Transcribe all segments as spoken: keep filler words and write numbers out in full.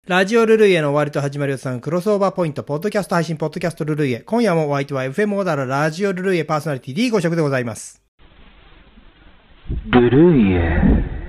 ラジオルルイエの終わりと始まりをさんクロスオーバーポイント、ポッドキャスト配信、ポッドキャストルルイエ。今夜もお相手は エフエム オーダーラジオルルイエパーソナリティ D ご色でございます。 ルルイエ。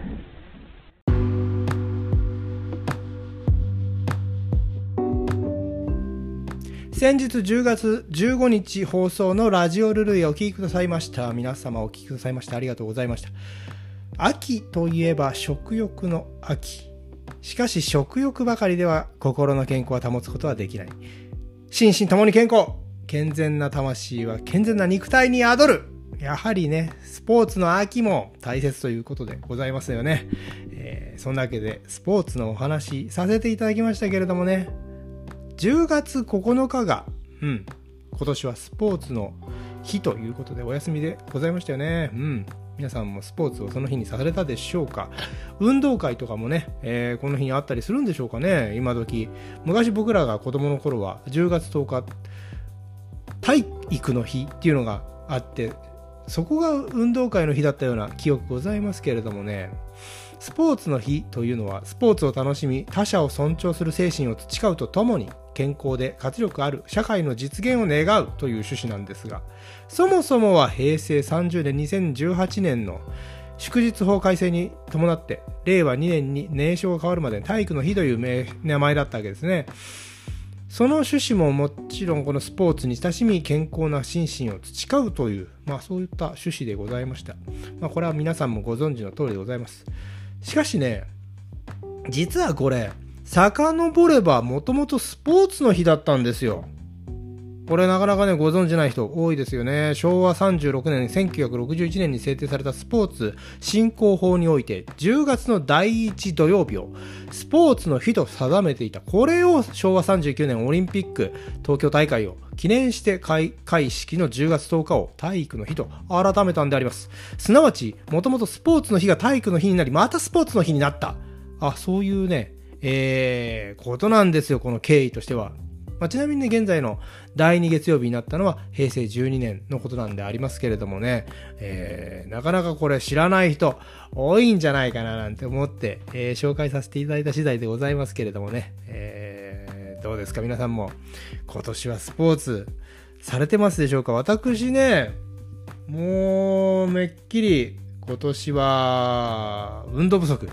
先日じゅうがつじゅうごにち放送のラジオルルイエお聞きくださいました。皆様お聞きくださいましてありがとうございました。秋といえば食欲の秋。しかし食欲ばかりでは心の健康は保つことはできない。心身ともに健康。健全な魂は健全な肉体に宿る。やはりね、スポーツの秋も大切ということでございますよね。えー、そんなわけでスポーツのお話させていただきましたけれどもね、じゅうがつここのかが、うん、今年はスポーツの日ということでお休みでございましたよね。うん。皆さんもスポーツをその日にされたでしょうか。運動会とかもね、えー、この日にあったりするんでしょうかね。今時昔僕らが子供の頃はじゅうがつとおか体育の日っていうのがあって、そこが運動会の日だったような記憶ございますけれどもね、スポーツの日というのはスポーツを楽しみ他者を尊重する精神を培うとともに健康で活力ある社会の実現を願うという趣旨なんですが、そもそもはへいせいさんじゅうねんにせんじゅうはちねんの祝日法改正に伴ってれいわにねんに名称が変わるまで体育の日という名名前だったわけですね。その趣旨ももちろんこのスポーツに親しみ健康な心身を培うという、まあそういった趣旨でございました。まあこれは皆さんもご存知の通りでございます。しかしね、実はこれ遡ればもともとスポーツの日だったんですよ。これなかなかねご存知ない人多いですよね。しょうわさんじゅうろくねんせんきゅうひゃくろくじゅういちねんに制定されたスポーツ振興法においてじゅうがつのだいいち土曜日をスポーツの日と定めていた。これをしょうわさんじゅうきゅうねんオリンピック東京大会を記念して開会式のじゅうがつとおかを体育の日と改めたんであります。すなわちもともとスポーツの日が体育の日になり、またスポーツの日になった。あ、そういうねえー、ことなんですよ、この経緯としては。まあ、ちなみにね、現在のだいに月曜日になったのはへいせいじゅうにねんのことなんでありますけれどもね、えー、なかなかこれ知らない人多いんじゃないかななんて思って、えー、紹介させていただいた次第でございますけれどもね、えー、どうですか皆さんも今年はスポーツされてますでしょうか。私ね、もうめっきり今年は運動不足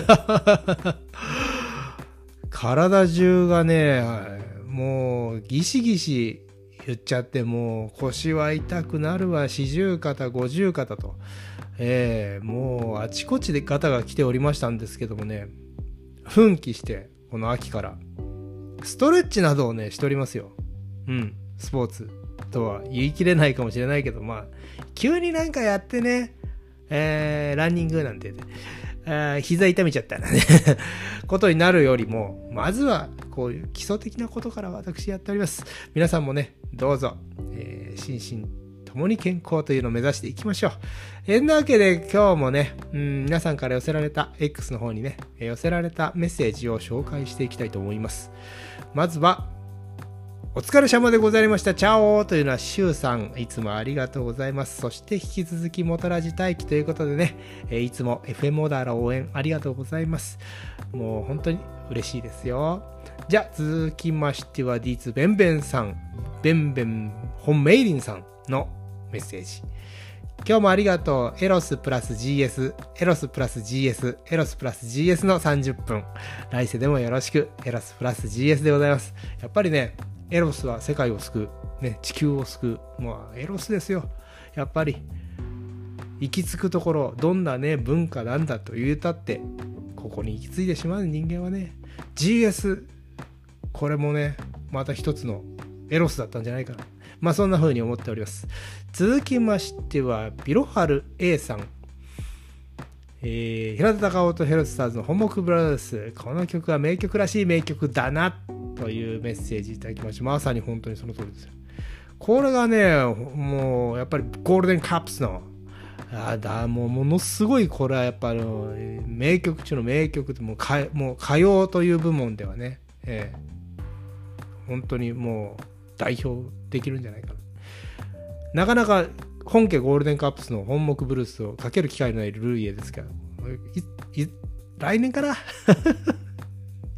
体中がねもうギシギシ言っちゃって、もう腰は痛くなるわ、四十肩五十肩と、えー、もうあちこちでガタが来ておりましたんですけどもね、奮起してこの秋からストレッチなどをねしておりますよ。うん、スポーツとは言い切れないかもしれないけど、まあ急になんかやってね、えー、ランニングなんて、ね、あ膝痛めちゃったらねことになるよりも、まずはこういう基礎的なことから私やっております。皆さんもねどうぞ、えー、心身ともに健康というのを目指していきましょう。えんなわけで今日もね、うん、皆さんから寄せられた X の方にね寄せられたメッセージを紹介していきたいと思います。まずはお疲れ様でございました。チャオーというのはシュウさん、いつもありがとうございます。そして引き続きモトラジ待機ということでね、えー、いつも エフエム オーダーラ応援ありがとうございます。もう本当に嬉しいですよ。じゃあ続きましては ディーツー ベンベンさん、ベンベン本メイリンさんのメッセージ。今日もありがとう。エロスプラス ジーエス、エロスプラス ジーエス、エロスプラス ジーエス のさんじゅっぷん。来世でもよろしく。エロスプラス ジーエス でございます。やっぱりね、エロスは世界を救う、ね、地球を救う。まあエロスですよ。やっぱり行き着くところ、どんなね文化なんだと言うたってここに行き着いてしまう人間はね、 ジーエス、 これもねまた一つのエロスだったんじゃないかな。まあそんな風に思っております。続きましてはビロハル A さん、えー、平田隆夫とヘロスターズの本木ブラザーズ、この曲は名曲らしい名曲だなというメッセージいただきまして、まさに本当にその通りですよ。これがねもうやっぱりゴールデンカップスのあだもうものすごい、これはやっぱあの名曲中の名曲でもうかもう歌謡という部門ではね、えー、本当にもう代表できるんじゃないかな。なかなか本家ゴールデンカップスの本木ブルースをかける機会のないルルイエですから、いい来年かな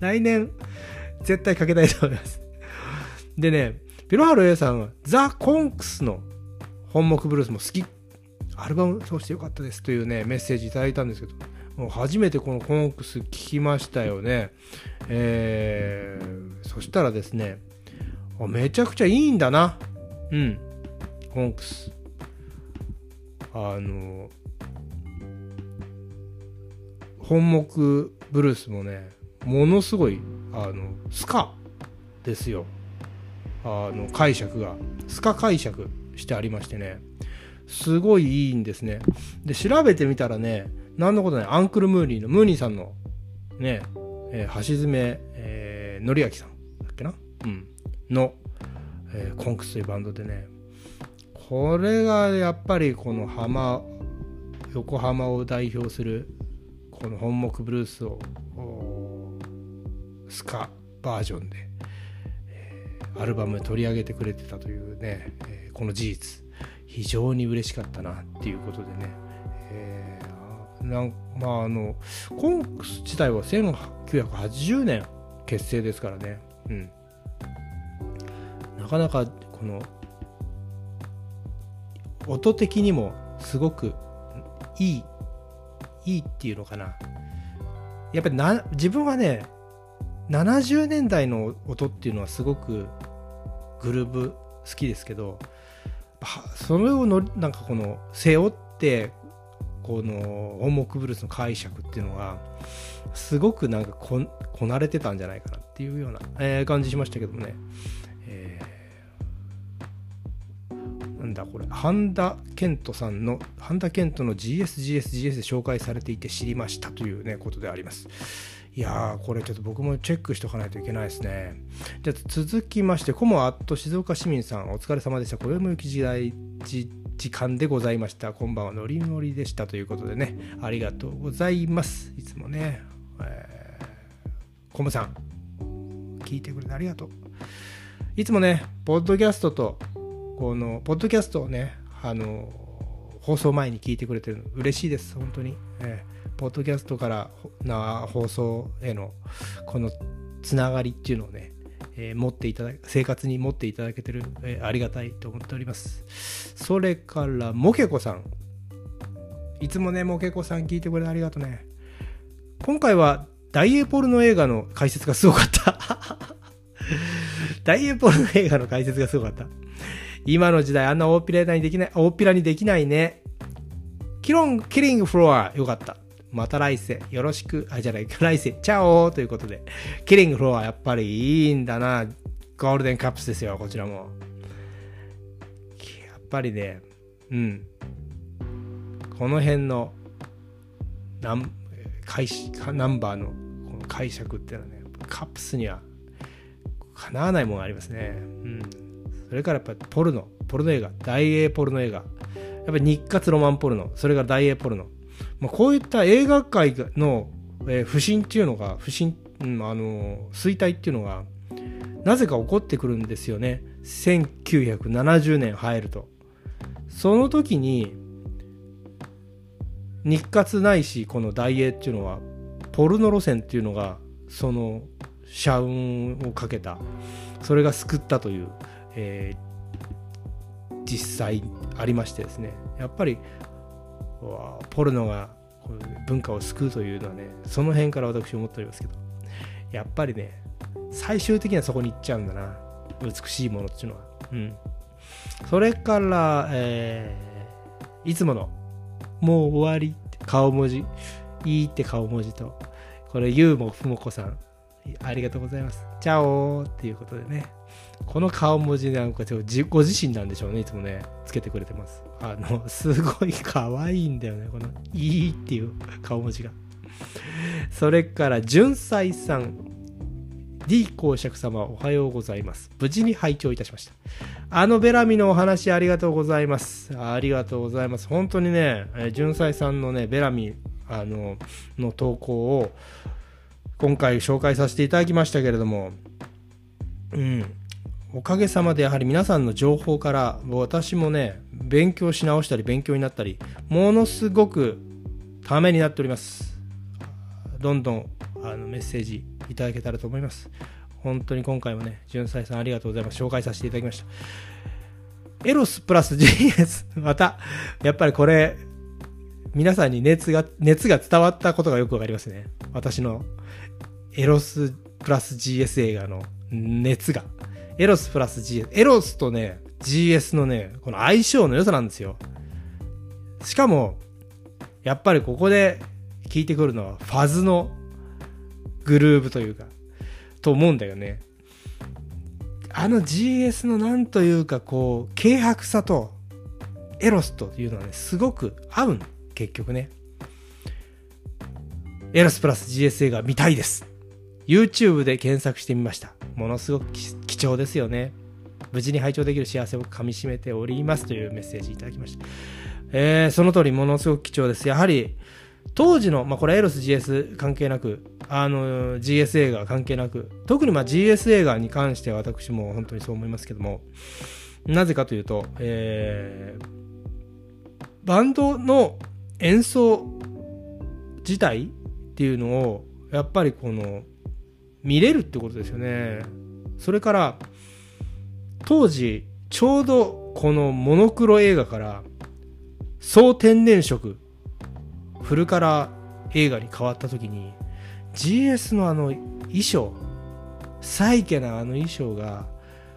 来年絶対かけたいと思います。でね、ピロハル A さんはザ・コンクスの本目ブルースも好き、アルバム通してよかったですというねメッセージいただいたんですけど、もう初めてこのコンクス聞きましたよね。えー、そしたらですね、めちゃくちゃいいんだな。うん、コンクス、あの本目ブルースもね、ものすごいあのスカですよ。あの解釈がスカ解釈してありましてね、すごいいいんですね。で調べてみたらね、なんのことないアンクルムーニーのムーニーさんのね、えー、橋爪、えー、紀明さんだっけな、うん、の、えー、コンクスというバンドでね、これがやっぱりこの浜横浜を代表するこの本目ブルースをスカバージョンで、えー、アルバムで取り上げてくれてたというね、えー、この事実非常に嬉しかったなっていうことでね、えー、なんまああのコンクス自体はせんきゅうひゃくはちじゅうねん結成ですからね、うん、なかなかこの音的にもすごくいいいいっていうのかな、やっぱりな自分はねななじゅうねんだいの音っていうのはすごくグルーブ好きですけど、それをのなんかこの背負ってこの本目ブルースの解釈っていうのがすごくなんか こ, こなれてたんじゃないかなっていうような、えー、感じしましたけどもね、えー、なんだこれ半田健人さんの半田健人の ジーエスジーエスジーエス で紹介されていて知りましたというねことであります。いやーこれちょっと僕もチェックしておかないといけないですね。じゃあ続きまして、コモアット静岡市民さん、お疲れ様でした。これも雪時代時間でございました。こんばんは、ノリノリでしたということでね、ありがとうございます。いつもね、えー、コモさん聞いてくれてありがとう。いつもねポッドキャストとこのポッドキャストをねあの放送前に聞いてくれてるの嬉しいです本当に、えーポッドキャストからな放送へのこのつながりっていうのをね、えー、持っていただ生活に持っていただけてる、えー、ありがたいと思っております。それからモケコさん、いつもねモケコさん聞いてくれてありがとうね。今回は大英ポルノ映画の解説がすごかった大英ポルノ映画の解説がすごかった。今の時代あんな大っぴらにできない大っぴらにできないね。キロンキリングフロアよかった。また来世よろしく、あじゃない来世チャオということで、キリングフロアやっぱりいいんだな。ゴールデンカップスですよこちらも。やっぱりね、うんこの辺のナン解ナンバーのこの解釈っていうのはねカップスにはかなわないものがありますね。うんそれからやっぱりポルノポルノ映画、大英ポルノ映画、やっぱり日活ロマンポルノ、それから大英ポルノ、まあ、こういった映画界の、えー、不振っていうのが不振、うん、あの衰退っていうのがなぜか起こってくるんですよね。せんきゅうひゃくななじゅうねん入ると、その時に日活ないしこの大英っていうのはポルノ路線っていうのがその社運をかけた、それが救ったという、えー、実際ありましてですね、やっぱりポルノが文化を救うというのはね、その辺から私思っておりますけど、やっぱりね最終的にはそこに行っちゃうんだな、美しいものっていうのは。うん、それから、えー、いつものもう終わりって顔文字、いいって顔文字と、これゆうもふもこさんありがとうございます。チャオーっていうことでね、この顔文字なんかご自身なんでしょうね、いつもねつけてくれてます。あのすごい可愛いんだよね、このいいっていう顔文字が。それから純才さん、 D 公爵様おはようございます。無事に拝聴いたしました。あのベラミのお話ありがとうございます。ありがとうございます。本当にね、純才さんのねベラミあのの投稿を今回紹介させていただきましたけれども、うんおかげさまでやはり皆さんの情報から私もね勉強し直したり勉強になったり、ものすごくためになっております。どんどんあのメッセージいただけたらと思います。本当に今回もね、純才さんありがとうございます。紹介させていただきました。エロスプラス ジーエス、また、やっぱりこれ、皆さんに熱が、熱が伝わったことがよくわかりますね。私のエロスプラス ジーエス 映画の熱が。エロスプラス ジーエス。エロスとね、ジーエス のね、この相性の良さなんですよ。しかも、やっぱりここで聞いてくるのはファズのグルーブというか、と思うんだよね。あの ジーエス のなんというかこう、軽薄さとエロスというのはね、すごく合うの。結局ね。エロスプラス ジーエス 映画見たいです。YouTube で検索してみました。ものすごく貴重ですよね。無事に拝聴できる幸せをかみしめておりますというメッセージいただきました。えー、その通りものすごく貴重です。やはり当時の、まあ、これエロス ジーエス 関係なく、あの ジーエス 映画関係なく、特にまあ ジーエス 映画に関しては私も本当にそう思いますけども、なぜかというと、えー、バンドの演奏自体っていうのをやっぱりこの見れるってことですよね。それから当時ちょうどこのモノクロ映画から総天然色フルカラー映画に変わった時に ジーエス のあの衣装、サイケなあの衣装が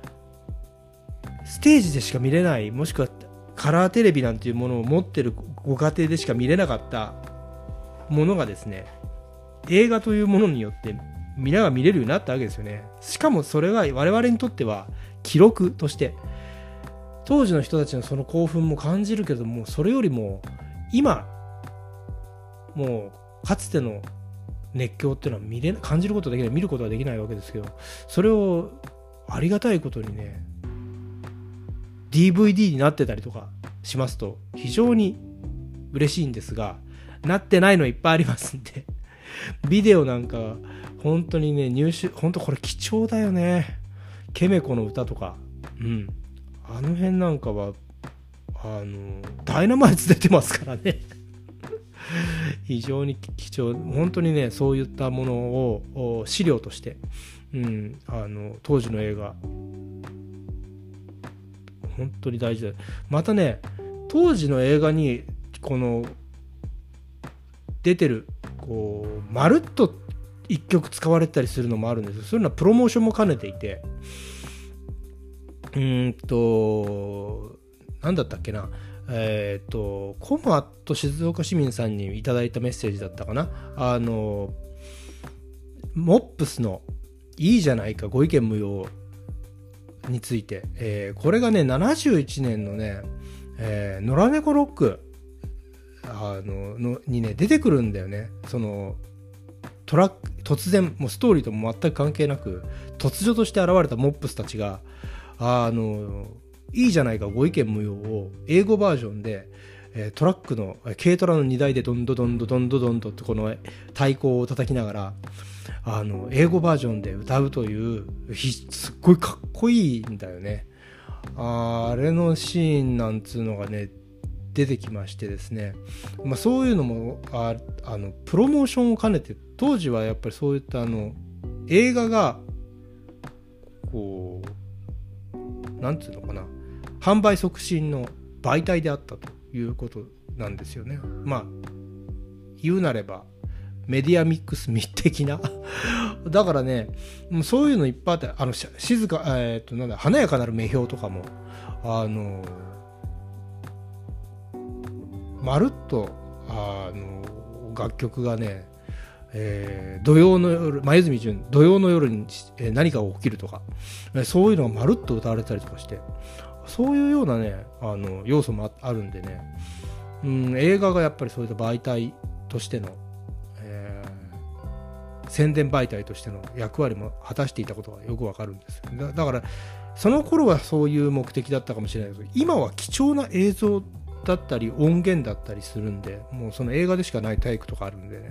ステージでしか見れない、もしくはカラーテレビなんていうものを持ってるご家庭でしか見れなかったものがですね、映画というものによって皆が見れるようになったわけですよね。しかもそれが我々にとっては記録として当時の人たちのその興奮も感じるけども、それよりも今もうかつての熱狂っていうのは見れ感じることができない、見ることができないわけですけど、それをありがたいことにね ディーブイディー になってたりとかしますと非常に嬉しいんですが、なってないのいっぱいありますんでビデオなんか本当にね入手、本当これ貴重だよね。ケメコの歌とか、うん、あの辺なんかはあのダイナマイツ出てますからね非常に貴重、本当にねそういったものを資料として、うん、あの当時の映画本当に大事だ。またね当時の映画にこの出てるこうまるっと一曲使われたりするのもあるんですよ。そういうのはプロモーションも兼ねていて、うーんと何だったっけな、えっとコムアット静岡市民さんにいただいたメッセージだったかな。あのモップスのいいじゃないかご意見無用について、えー、これがねななじゅういちねんのね、えー、野良猫ロックあののにね出てくるんだよね。そのトラック突然もうストーリーとも全く関係なく突如として現れたモップスたちがあのいいじゃないかご意見無用を英語バージョンで、えー、トラックの軽トラの荷台でどんどどんどどんどどんどってこの太鼓を叩きながらあの英語バージョンで歌うというすっごいかっこいいんだよね。あ, あれのシーンなんつうのがね出てきましてですね、まあ、そういうのも あ, あのプロモーションを兼ねて当時はやっぱりそういったあの映画がこうなんていうのかな販売促進の媒体であったということなんですよね。まあ言うなればメディアミックス的なだからねもうそういうのいっぱいあって、あの静か、えー、となんだ華やかなる目標とかもあのまるっとあの楽曲がね、えー、土曜の夜黛純土曜の夜に、えー、何かが起きるとか、えー、そういうのがまるっと歌われたりとかして、そういうようなねあの要素も あ, あるんでね、うん、映画がやっぱりそういった媒体としての、えー、宣伝媒体としての役割も果たしていたことがよくわかるんですよ。 だ, だからその頃はそういう目的だったかもしれないけど、今は貴重な映像だったり音源だったりするんで、もうその映画でしかないタイプとかあるんでね、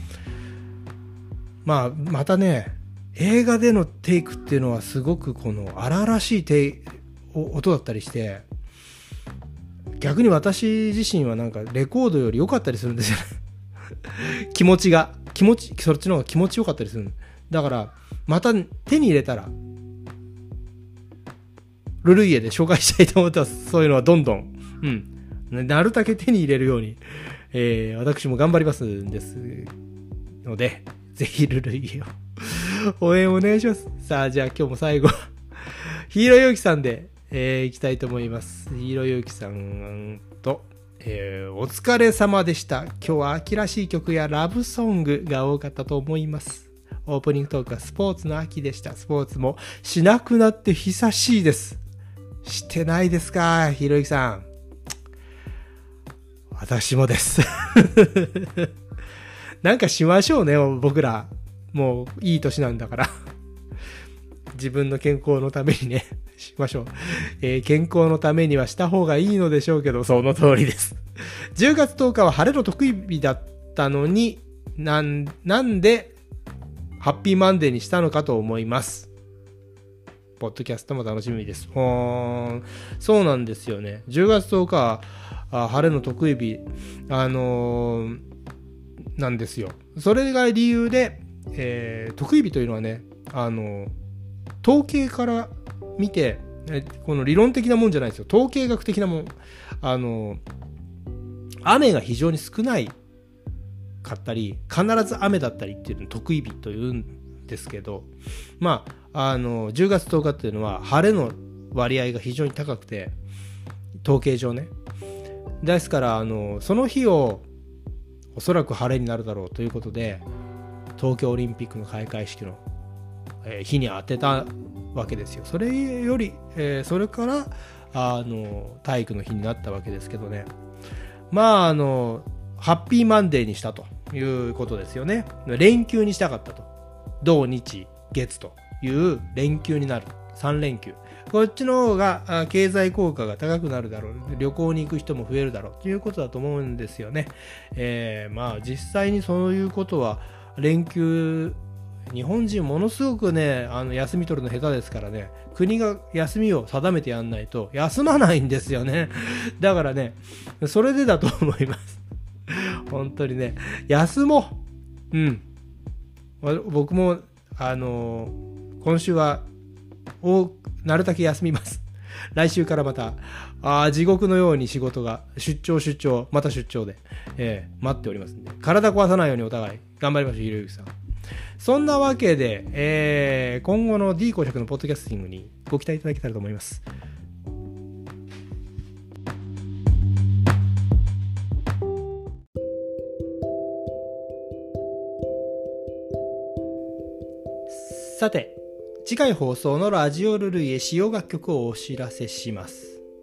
まあまたね映画でのテイクっていうのはすごくこの荒々しいテイ音だったりして、逆に私自身はなんかレコードより良かったりするんですよね気持ちが気持ちそっちの方が気持ちよかったりする。 だからまた手に入れたらルルイエで紹介したいと思ったら、そういうのはどんどん、うん、なるだけ手に入れるように、えー、私も頑張りますんですので、ぜひルルイエを応援お願いします。さあ、じゃあ今日も最後ヒーローゆうきさんで、えー、いきたいと思います。ヒーローゆうきさんと、えー、お疲れ様でした。今日は秋らしい曲やラブソングが多かったと思います。オープニングトークはスポーツの秋でした。スポーツもしなくなって久しいです。してないですか、ひろゆきさん。私もですなんかしましょうね、僕ら。もういい年なんだから自分の健康のためにねしましょう、えー、健康のためにはした方がいいのでしょうけど、その通りですじゅうがつとおかは晴れの得意日だったのに、なん、なんでハッピーマンデーにしたのかと思います。ポッドキャストも楽しみです。ほーん、そうなんですよね。じゅうがつとおかは晴れの得意日、あのー、なんですよ。それが理由で、えー、得意日というのはね、あのー、統計から見て、この理論的なもんじゃないですよ。統計学的なもん。あのー、雨が非常に少ないかったり、必ず雨だったりっていうのを得意日というんですけど、まあ、あのじゅうがつとおかっていうのは晴れの割合が非常に高くて、統計上ね。ですからあのその日をおそらく晴れになるだろうということで、東京オリンピックの開会式の、えー、日に当てたわけですよ。それより、えー、それからあの体育の日になったわけですけどね。まああのハッピーマンデーにしたということですよね。連休にしたかったと。土日月という連休になる。さん連休。こっちの方が経済効果が高くなるだろう。旅行に行く人も増えるだろうということだと思うんですよね。えー、まあ実際にそういうことは連休、日本人ものすごくね、あの休み取るの下手ですからね、国が休みを定めてやんないと休まないんですよね。だからね、それでだと思います。本当にね、休もう。うん。僕もあのー、今週はおなるだけ休みます。来週からまたあ地獄のように仕事が出張出張また出張で、えー、待っておりますんで、体壊さないようにお互い頑張りましょう。ひろゆきさん。そんなわけで、えー、今後の D 公爵のポッドキャスティングにご期待いただけたらと思います。さて、次回放送のラジオルルイエ使用楽曲をお知らせします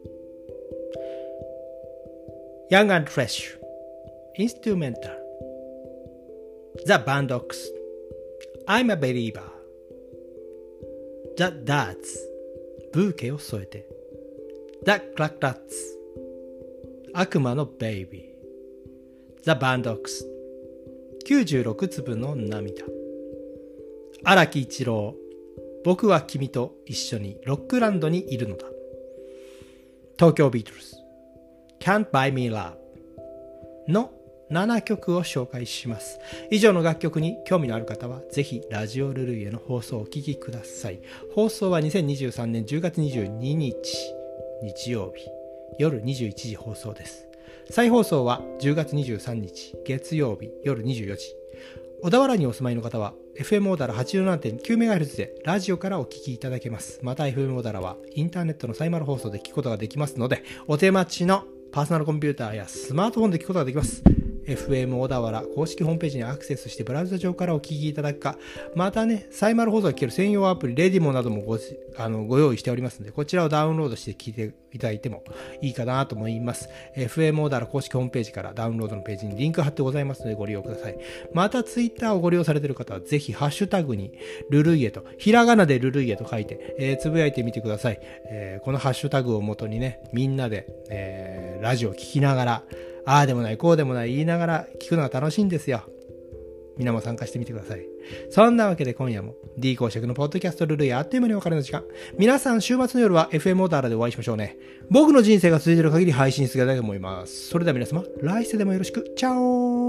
。Young and Fresh Instrumental The Bandox I'm a Believer The Darts ブーケを添えて The Clackrats 悪魔のベイビー The Bandox きゅうじゅうろくつぶの涙、荒木一郎、僕は君と一緒にロックランドにいるのだ。東京ビートルズ Can't Buy Me Love のななきょくを紹介します。以上の楽曲に興味のある方はぜひラジオルルイエの放送をお聞きください。放送はにせんにじゅうさんねんじゅうがつにじゅうににち日曜日夜にじゅういちじ放送です。再放送はじゅうがつにじゅうさんにち月曜日夜にじゅうよじ。小田原にお住まいの方は エフエム 小田原 はちじゅうななてんきゅうメガヘルツ でラジオからお聞きいただけます。また エフエム 小田原はインターネットのサイマル放送で聞くことができますので、お手待ちのパーソナルコンピューターやスマートフォンで聞くことができます。エフエム 小田原公式ホームページにアクセスしてブラウザ上からお聞きいただくか、またね、サイマル放送が聞ける専用アプリレディモなども ご, あのご用意しておりますので、こちらをダウンロードして聞いていただいてもいいかなと思います。 エフエム 小田原公式ホームページからダウンロードのページにリンク貼ってございますのでご利用ください。またツイッターをご利用されている方はぜひハッシュタグにルルイエとひらがなでルルイエと書いて、えー、つぶやいてみてください。えー、このハッシュタグをもとにね、みんなで、えー、ラジオを聞きながら、ああでもないこうでもない言いながら聞くのが楽しいんですよ。みんなも参加してみてください。そんなわけで今夜も D 公爵のポッドキャストルルイエあっという間にお別れの時間。皆さん週末の夜は エフエム 小田原でお会いしましょうね。僕の人生が続いている限り配信するだけと思います。それでは皆様来世でもよろしく。チャオー。